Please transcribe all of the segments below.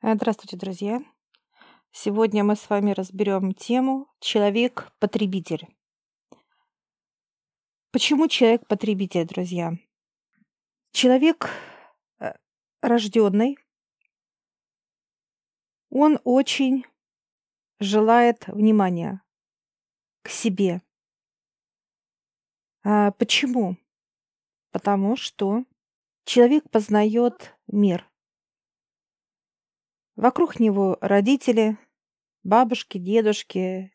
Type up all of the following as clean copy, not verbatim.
Здравствуйте, друзья! Сегодня мы с вами разберем тему «Человек-потребитель». Почему человек-потребитель, друзья? Человек рожденный, он очень желает внимания к себе. Почему? Потому что человек познает мир. Вокруг него родители, бабушки, дедушки,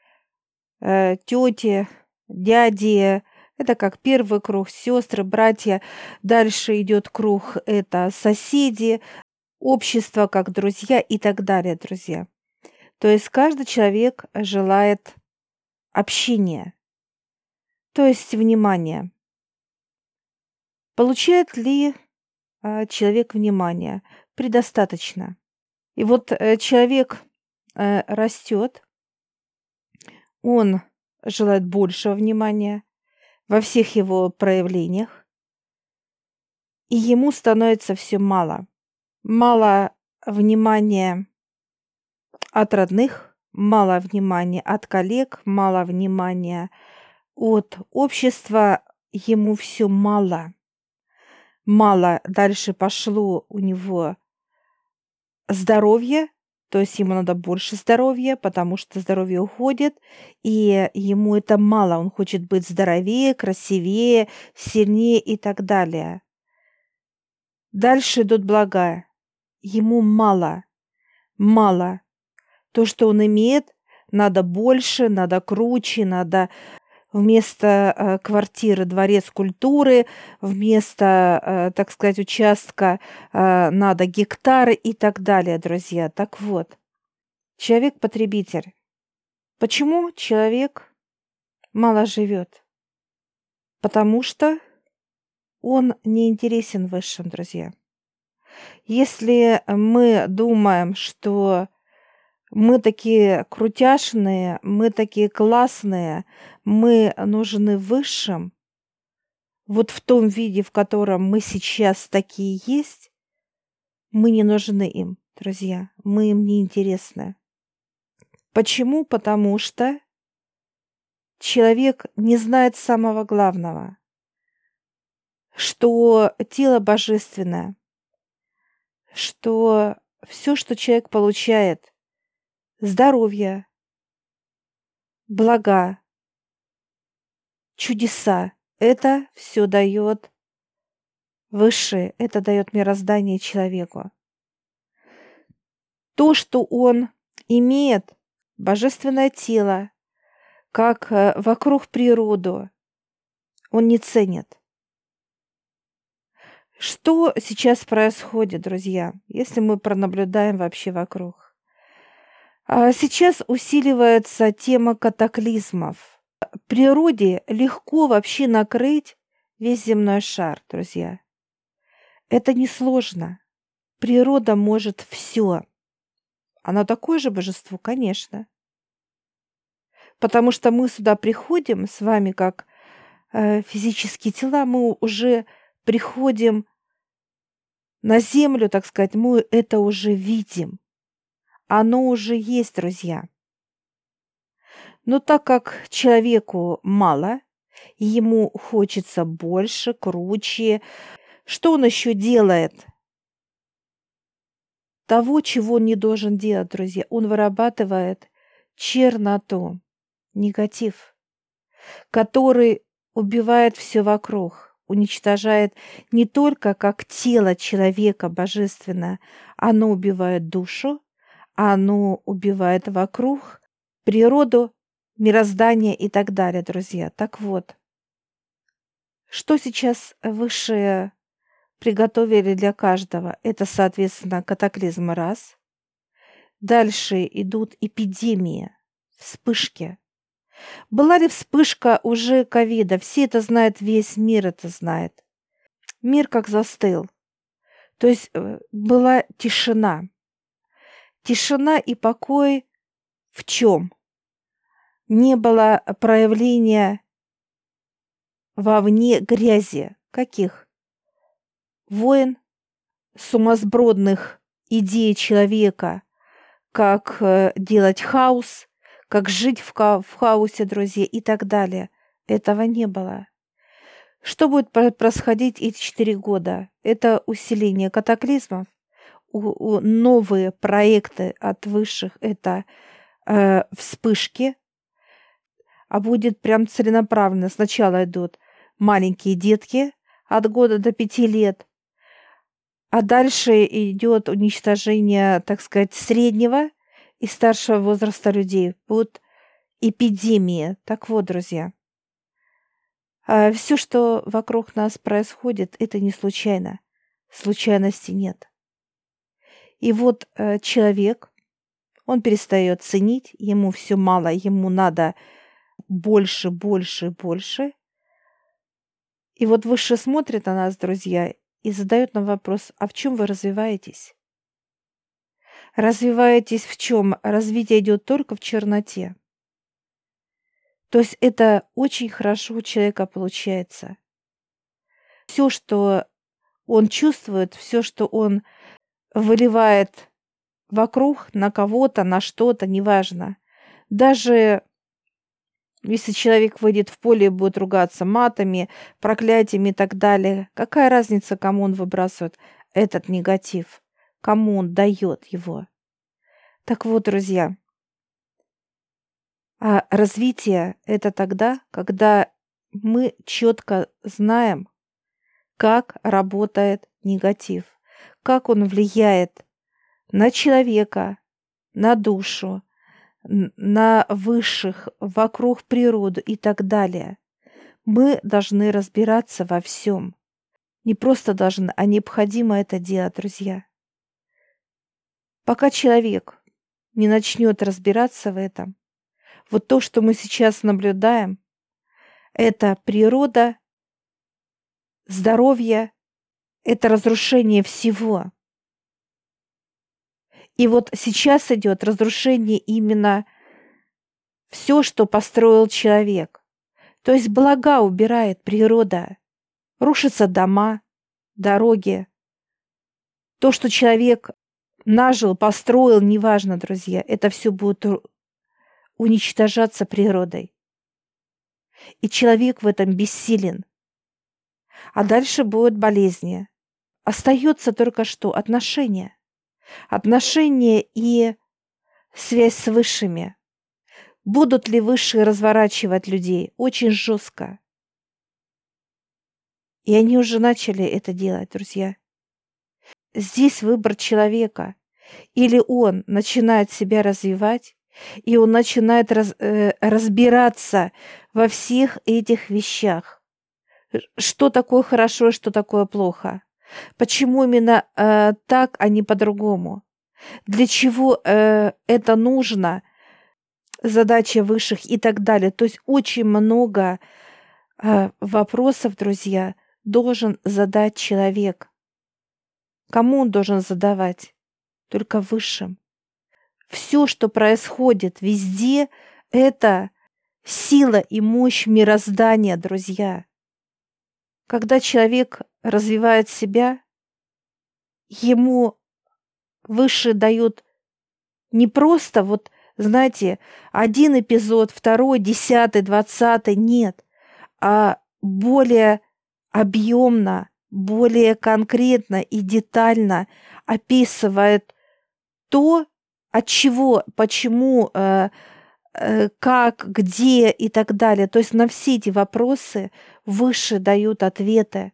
тети, дяди. Это как первый круг, сестры, братья. Дальше идет круг, это соседи, общество как друзья и так далее, друзья. То есть каждый человек желает общения, то есть внимания. Получает ли человек внимание? Предостаточно. И вот человек растет, он желает большего внимания во всех его проявлениях, и ему становится все мало. Мало внимания от родных, мало внимания от коллег, мало внимания от общества, ему все мало. Мало дальше пошло у него здоровье, то есть ему надо больше здоровья, потому что здоровье уходит, и ему это мало. Он хочет быть здоровее, красивее, сильнее и так далее. Дальше идут блага. Ему мало. Мало. То, что он имеет, надо больше, надо круче, надо вместо квартиры дворец культуры, вместо, так сказать, участка надо гектары и так далее, друзья. Так вот, человек-потребитель. Почему человек мало живет? Потому что он не интересен высшим, друзья. Если мы думаем, что мы такие крутяшные, мы такие классные, мы нужны высшим, вот в том виде, в котором мы сейчас такие есть, мы не нужны им, друзья, мы им не интересны. Почему? Потому что человек не знает самого главного, что тело божественное, что все, что человек получает, здоровье, блага, чудеса, это все дает Высшее, это дает мироздание человеку. То, что он имеет, божественное тело, как вокруг природу, он не ценит. Что сейчас происходит, друзья, если мы пронаблюдаем вообще вокруг? Сейчас усиливается тема катаклизмов. Природе легко вообще накрыть весь земной шар, друзья. Это несложно. Природа может все. Оно такое же божество, конечно. Потому что мы сюда приходим с вами как физические тела, мы уже приходим на землю, так сказать, мы это уже видим. Оно уже есть, друзья. Но так как человеку мало, ему хочется больше, круче, что он еще делает? Того, чего он не должен делать, друзья. Он вырабатывает черноту, негатив, который убивает все вокруг, уничтожает не только как тело человека божественное, оно убивает душу, оно убивает вокруг природу, мироздание и так далее, друзья. Так вот, что сейчас высшие приготовили для каждого? Это, соответственно, катаклизмы раз. Дальше идут эпидемии, вспышки. Была ли вспышка уже ковида? Все это знают, весь мир это знает. Мир как застыл. То есть была тишина. Тишина и покой в чем? Не было проявления вовне грязи. Каких? Войн, сумасбродных идеи человека, как делать хаос, как жить в хаосе, друзья, и так далее. Этого не было. Что будет происходить эти 4 года? Это усиление катаклизмов, новые проекты от высших, это вспышки, а будет прям целенаправленно. Сначала идут маленькие детки от года до 5 лет, а дальше идет уничтожение, так сказать, среднего и старшего возраста людей. Будут эпидемии. Так вот, друзья, все, что вокруг нас происходит, это не случайно. Случайности нет. И вот человек, он перестает ценить, ему все мало, ему надо больше, больше, больше. И вот Выше смотрит на нас, друзья, и задает нам вопрос, а в чем вы развиваетесь? Развиваетесь в чем? Развитие идет только в черноте. То есть это очень хорошо у человека получается. Все, что он чувствует, все, что он выливает вокруг на кого-то, на что-то, неважно. Даже если человек выйдет в поле и будет ругаться матами, проклятиями и так далее, какая разница, кому он выбрасывает этот негатив, кому он дает его? Так вот, друзья, развитие – это тогда, когда мы четко знаем, как работает негатив, как он влияет на человека, на душу, на высших, вокруг природу и так далее. Мы должны разбираться во всем. Не просто должны, а необходимо это делать, друзья. Пока человек не начнет разбираться в этом, вот то, что мы сейчас наблюдаем, это природа, здоровье, это разрушение всего. И вот сейчас идет разрушение именно все, что построил человек. То есть блага убирает природа, рушатся дома, дороги. То, что человек нажил, построил, неважно, друзья, это все будет уничтожаться природой. И человек в этом бессилен. А дальше будут болезни. Остается только что? Отношения. Отношения и связь с высшими. Будут ли высшие разворачивать людей? Очень жестко. И они уже начали это делать, друзья. Здесь выбор человека. Или он начинает себя развивать, и он начинает разбираться во всех этих вещах. Что такое хорошо, что такое плохо. Почему именно так, а не по-другому? Для чего это нужно? Задача высших и так далее. То есть очень много вопросов, друзья, должен задать человек. Кому он должен задавать? Только высшим. Все, что происходит везде, это сила и мощь мироздания, друзья. Когда человек развивает себя, ему выше дают не просто, вот, знаете, один эпизод, второй, 10, 20, нет, а более объемно, более конкретно и детально описывает то, от чего, почему, как, где и так далее. То есть на все эти вопросы выше дают ответы,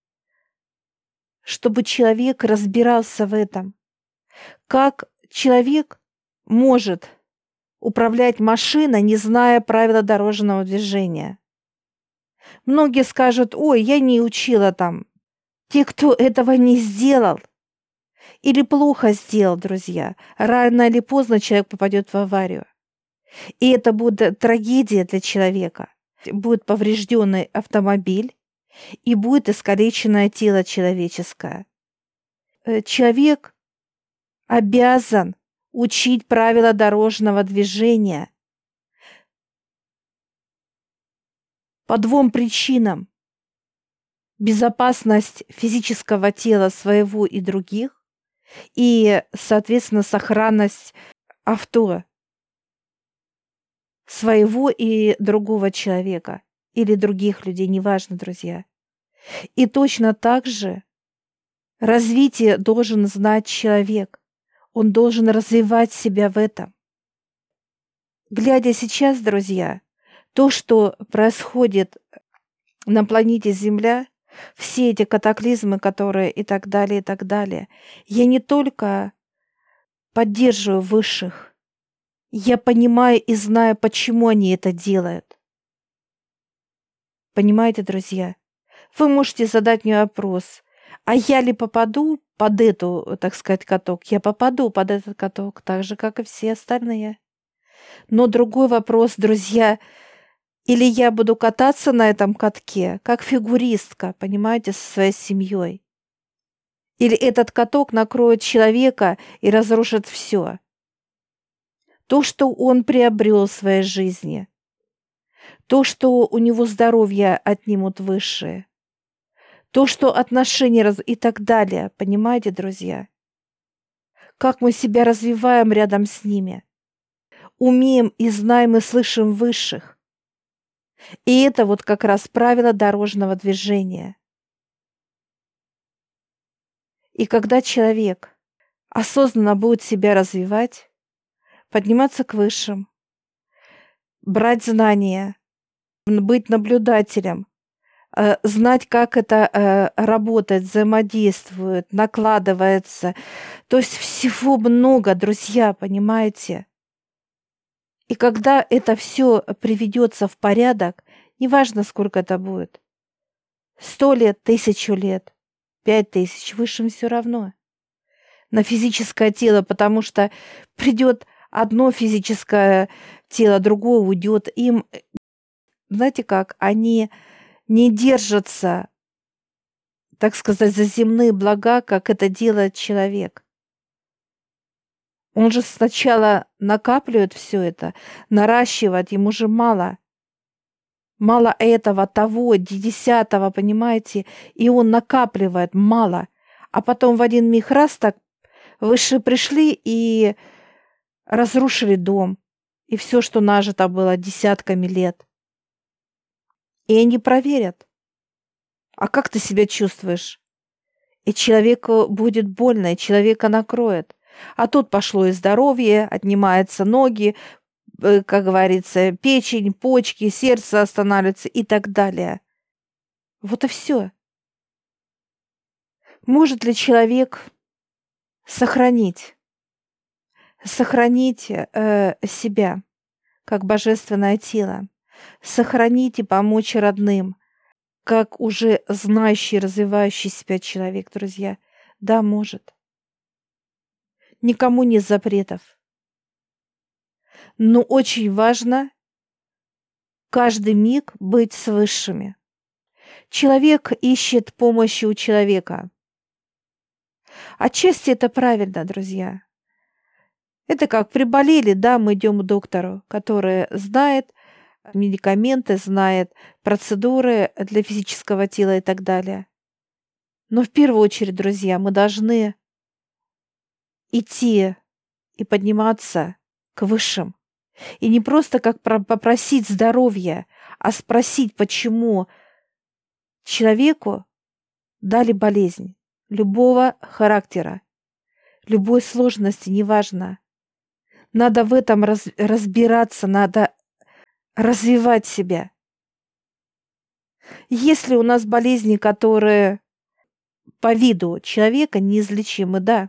чтобы человек разбирался в этом. Как человек может управлять машиной, не зная правила дорожного движения? Многие скажут: ой, я не учила там. Те, кто этого не сделал или плохо сделал, друзья, рано или поздно человек попадет в аварию. И это будет трагедия для человека. Будет поврежденный автомобиль и будет искалеченное тело человеческое. Человек обязан учить правила дорожного движения по двум причинам. Безопасность физического тела своего и других, и, соответственно, сохранность авто своего и другого человека или других людей, неважно, друзья. И точно так же развитие должен знать человек. Он должен развивать себя в этом. Глядя сейчас, друзья, то, что происходит на планете Земля, все эти катаклизмы, которые и так далее, я не только поддерживаю высших, я понимаю и знаю, почему они это делают. Понимаете, друзья? Вы можете задать мне вопрос, а я ли попаду под эту, так сказать, каток? Я попаду под этот каток, так же, как и все остальные. Но другой вопрос, друзья, или я буду кататься на этом катке, как фигуристка, понимаете, со своей семьей? Или этот каток накроет человека и разрушит все. То, что он приобрел в своей жизни, то, что у него здоровье отнимут высшие, то, что отношения и так далее, понимаете, друзья? Как мы себя развиваем рядом с ними, умеем и знаем и слышим высших. И это вот как раз правило дорожного движения. И когда человек осознанно будет себя развивать, подниматься к высшим, брать знания, быть наблюдателем, знать, как это работает, взаимодействует, накладывается. То есть всего много, друзья, понимаете? И когда это все приведется в порядок, неважно, сколько это будет, 100 лет, 1000 лет, 5000, высшим все равно. На физическое тело, потому что придет одно физическое тело, другое уйдет. Им, знаете как, они не держатся, так сказать, за земные блага, как это делает человек. Он же сначала накапливает все это, наращивает, ему же мало. Мало этого, того, десятого, понимаете? И он накапливает мало. А потом в один миг раз так высшие пришли и разрушили дом. И все, что нажито было десятками лет. И они проверят. А как ты себя чувствуешь? И человеку будет больно, и человека накроет. А тут пошло и здоровье, отнимаются ноги, как говорится, печень, почки, сердце останавливается и так далее. Вот и все. Может ли человек сохранить себя как божественное тело, сохранить и помочь родным, как уже знающий, развивающий себя человек, друзья? Да, может. Никому нет запретов. Но очень важно каждый миг быть с высшими. Человек ищет помощи у человека. Отчасти это правильно, друзья. Это как приболели, да, мы идем к доктору, который знает медикаменты, знает процедуры для физического тела и так далее. Но в первую очередь, друзья, мы должны идти и подниматься к высшим. И не просто как попросить здоровья, а спросить, почему человеку дали болезнь любого характера, любой сложности, неважно. Надо в этом разбираться, надо развивать себя. Если у нас болезни, которые по виду человека неизлечимы, да.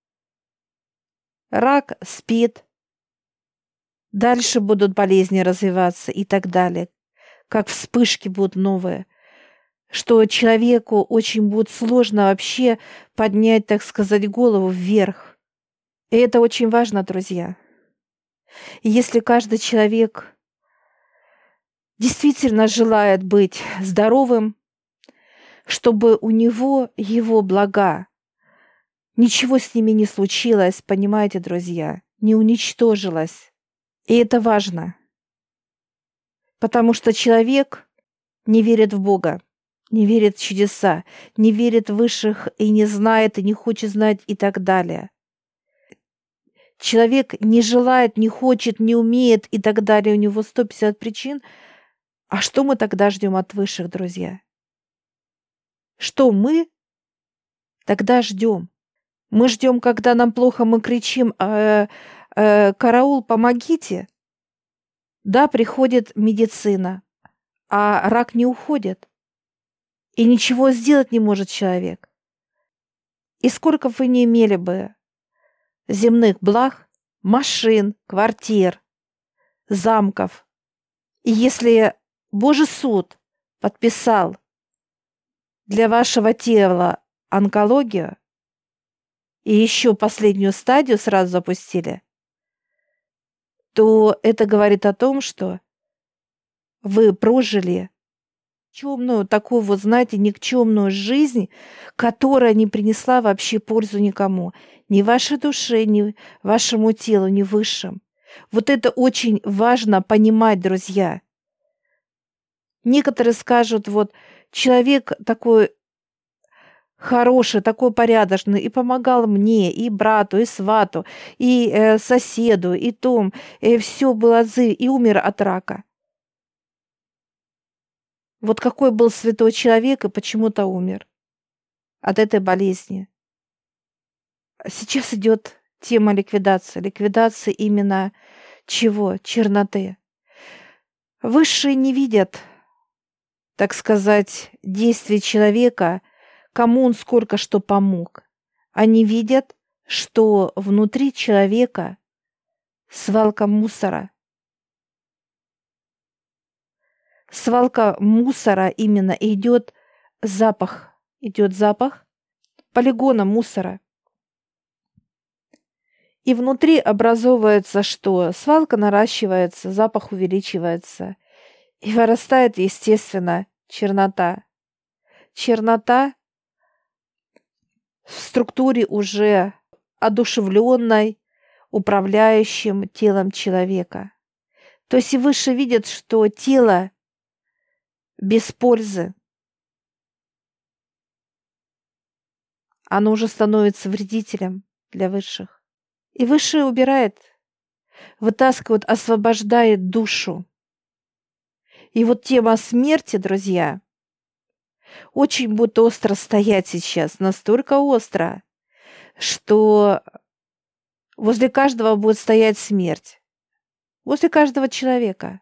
Рак, СПИД, дальше будут болезни развиваться и так далее, как вспышки будут новые, что человеку очень будет сложно вообще поднять, так сказать, голову вверх. И это очень важно, друзья. И если каждый человек действительно желает быть здоровым, чтобы у него его блага, ничего с ними не случилось, понимаете, друзья, не уничтожилось. И это важно, потому что человек не верит в Бога. не верит в чудеса, не верит в высших и не знает, и не хочет знать и так далее. Человек не желает, не хочет, не умеет и так далее. У него 150 причин. А что мы тогда ждем от высших, друзья? Что мы тогда ждем? Мы ждем, когда нам плохо, мы кричим: «Караул, помогите!» Да, приходит медицина, а рак не уходит. И ничего сделать не может человек. И сколько вы не имели бы земных благ, машин, квартир, замков, и если Божий суд подписал для вашего тела онкологию и еще последнюю стадию сразу запустили, то это говорит о том, что вы прожили никчемную, такую вот, знаете, никчемную жизнь, которая не принесла вообще пользу никому. Ни вашей душе, ни вашему телу, ни высшим. Вот это очень важно понимать, друзья. Некоторые скажут, вот, человек такой хороший, такой порядочный, и помогал мне, и брату, и свату, и соседу, и том, и все было отзыв, и умер от рака. Вот какой был святой человек и почему-то умер от этой болезни. Сейчас идет тема ликвидации. Ликвидации именно чего? Черноты. Высшие не видят, так сказать, действий человека, кому он сколько что помог. Они видят, что внутри человека свалка мусора. Свалка мусора именно идет запах полигона мусора. И внутри образовывается что? Свалка наращивается, запах увеличивается. И вырастает, естественно, чернота. Чернота в структуре уже одушевленной, управляющим телом человека. То есть и выше видят, что тело без пользы. Оно уже становится вредителем для высших. И высшее убирает, вытаскивает, освобождает душу. И вот тема смерти, друзья, очень будет остро стоять сейчас, настолько остро, что возле каждого будет стоять смерть. Возле каждого человека.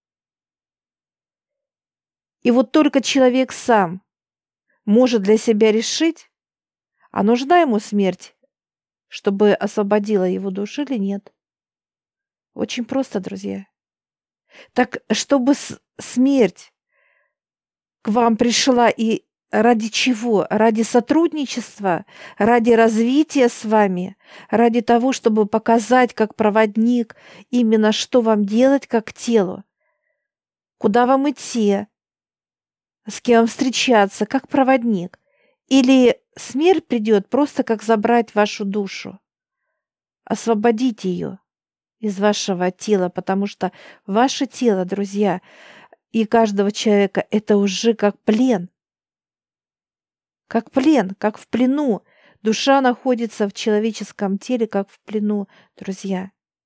И вот только человек сам может для себя решить, а нужна ему смерть, чтобы освободила его душу или нет. Очень просто, друзья. Так, чтобы смерть к вам пришла, и ради чего? Ради сотрудничества, ради развития с вами, ради того, чтобы показать как проводник именно что вам делать как телу, куда вам идти, с кем встречаться, как проводник. Или смерть придет просто как забрать вашу душу, освободить ее из вашего тела, потому что ваше тело, друзья, и каждого человека это уже как плен. Как плен, как в плену. Душа находится в человеческом теле, как в плену, друзья.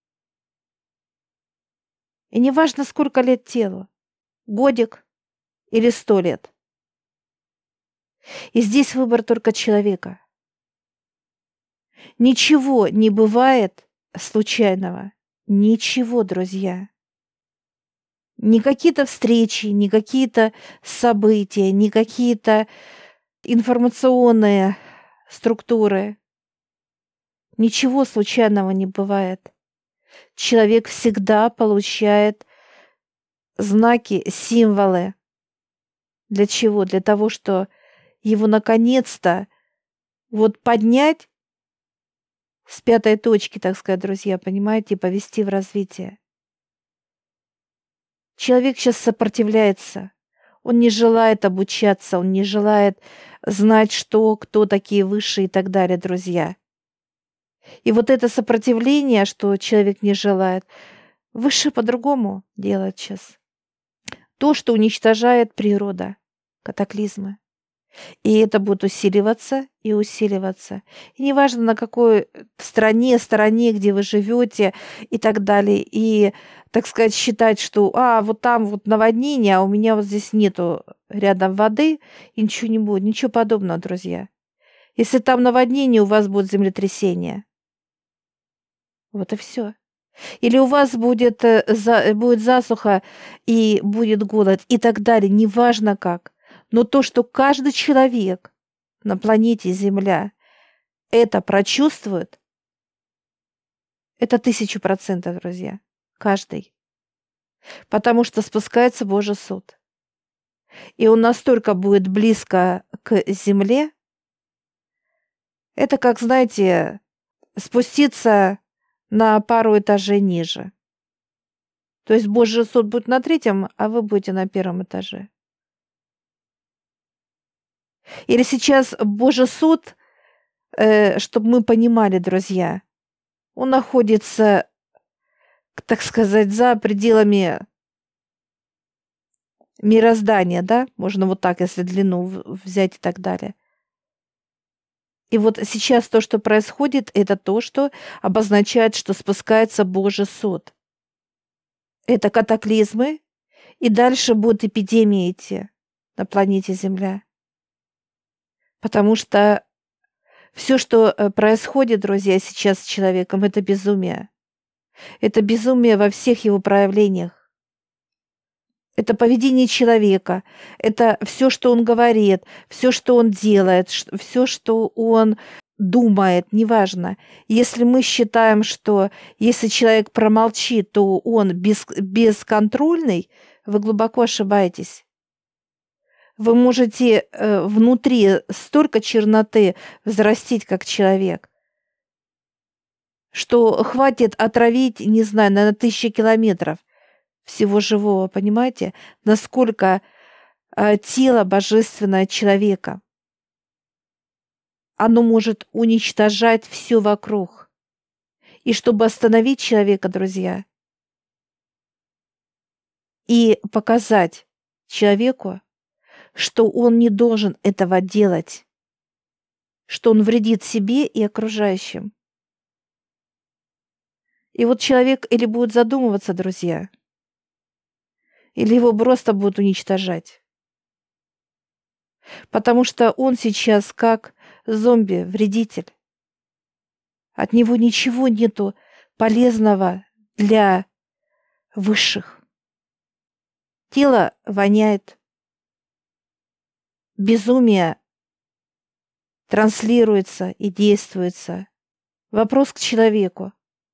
И не важно, сколько лет телу, годик или 100 лет. И здесь выбор только человека. Ничего не бывает случайного. Ничего, друзья. Ни какие-то встречи, ни какие-то события, ни какие-то информационные структуры. Ничего случайного не бывает. Человек всегда получает знаки, символы. Для чего? Для того, что его наконец-то вот поднять с 5-й точки, так сказать, друзья, понимаете, повести в развитие. Человек сейчас сопротивляется. Он не желает обучаться, он не желает знать, что, кто такие высшие и так далее, друзья. И вот это сопротивление, что человек не желает, выше по-другому делает сейчас. То, что уничтожает природа. катаклизмы. И это будет усиливаться и усиливаться. И неважно, на какой стороне, где вы живете и так далее. И, так сказать, считать, что вот там вот наводнение, а у меня вот здесь нету рядом воды, и ничего не будет. Ничего подобного, друзья. Если там наводнение, у вас будет землетрясение. Вот и все. Или у вас будет засуха и будет голод и так далее. Неважно как. Но то, что каждый человек на планете Земля это прочувствует, это 1000%, друзья. Каждый. Потому что спускается Божий суд. И он настолько будет близко к Земле. Это как, знаете, спуститься на пару этажей ниже. То есть Божий суд будет на 3-м, а вы будете на 1-м этаже. Или сейчас Божий суд, чтобы мы понимали, друзья, он находится, так сказать, за пределами мироздания, да? Можно вот так, если длину взять и так далее. И вот сейчас то, что происходит, это то, что обозначает, что спускается Божий суд. Это катаклизмы, и дальше будут эпидемии идти на планете Земля. Потому что все, что происходит, друзья, сейчас с человеком, это безумие. Это безумие во всех его проявлениях. Это поведение человека, это все, что он говорит, все, что он делает, все, что он думает, неважно. Если мы считаем, что если человек промолчит, то он бесконтрольный, вы глубоко ошибаетесь. Вы можете внутри столько черноты взрастить, как человек, что хватит отравить, не знаю, на 1000 километров всего живого, понимаете? Насколько тело божественное человека, оно может уничтожать все вокруг. И чтобы остановить человека, друзья, и показать человеку, что он не должен этого делать, что он вредит себе и окружающим. И вот человек или будет задумываться, друзья, или его просто будут уничтожать. Потому что он сейчас как зомби-вредитель. От него ничего нету полезного для высших. Тело воняет. Безумие транслируется и действуется. Вопрос к человеку.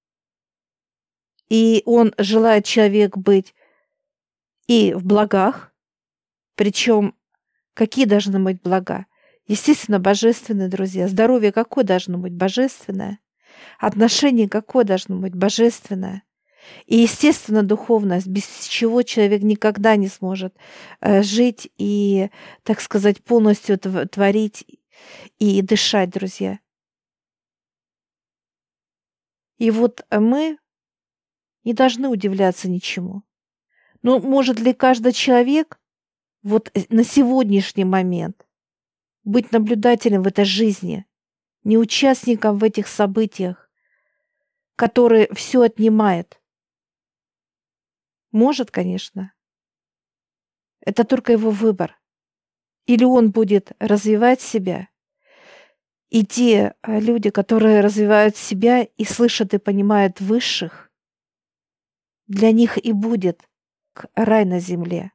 И он желает человек быть и в благах, причем какие должны быть блага? Естественно, божественные, друзья. Здоровье какое должно быть? Божественное. Отношение какое должно быть? Божественное. И, естественно, духовность, без чего человек никогда не сможет жить и, так сказать, полностью творить и дышать, друзья. И вот мы не должны удивляться ничему. Но может ли каждый человек вот на сегодняшний момент быть наблюдателем в этой жизни, не участником в этих событиях, которые все отнимают? Может, конечно. Это только его выбор. Или он будет развивать себя, и те люди, которые развивают себя и слышат и понимают высших, для них и будет рай на земле.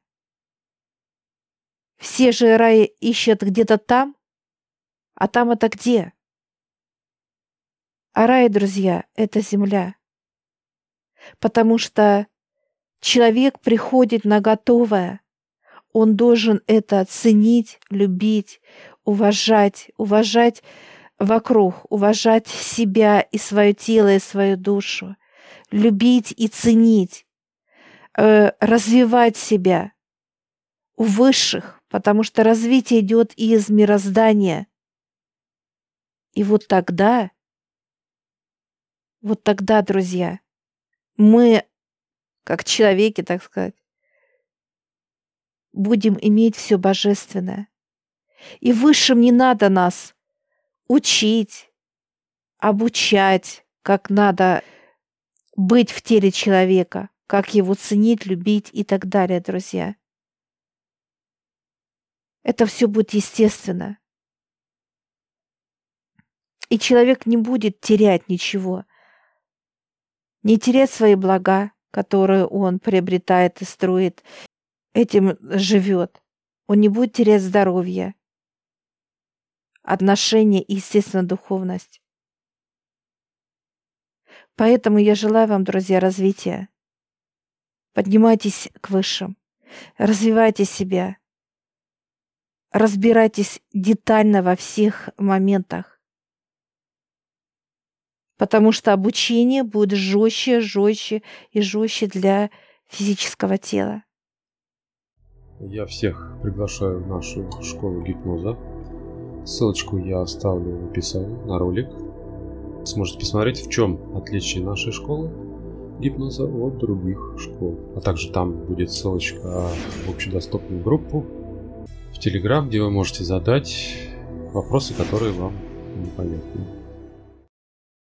Все же раи ищут где-то там, а там это где? А рай, друзья, это земля. Потому что человек приходит на готовое. Он должен это ценить, любить, уважать вокруг, уважать себя и свое тело, и свою душу, любить и ценить, развивать себя у высших, потому что развитие идет из мироздания. И вот тогда, друзья, мы, как человеки, так сказать, будем иметь все божественное. И высшим не надо нас учить, обучать, как надо быть в теле человека, как его ценить, любить и так далее, друзья. Это все будет естественно. И человек не будет терять ничего. Не терять свои блага, которые он приобретает и строит, этим живет. Он не будет терять здоровье, отношения и, естественно, духовность. Поэтому я желаю вам, друзья, развития. Поднимайтесь к высшим, развивайте себя, разбирайтесь детально во всех моментах, потому что обучение будет жестче, жестче и жестче для физического тела. Я всех приглашаю в нашу школу гипноза. Ссылочку я оставлю в описании на ролик. Сможете посмотреть, в чем отличие нашей школы гипноза от других школ. А также там будет ссылочка в общедоступную группу в Telegram, где вы можете задать вопросы, которые вам непонятны.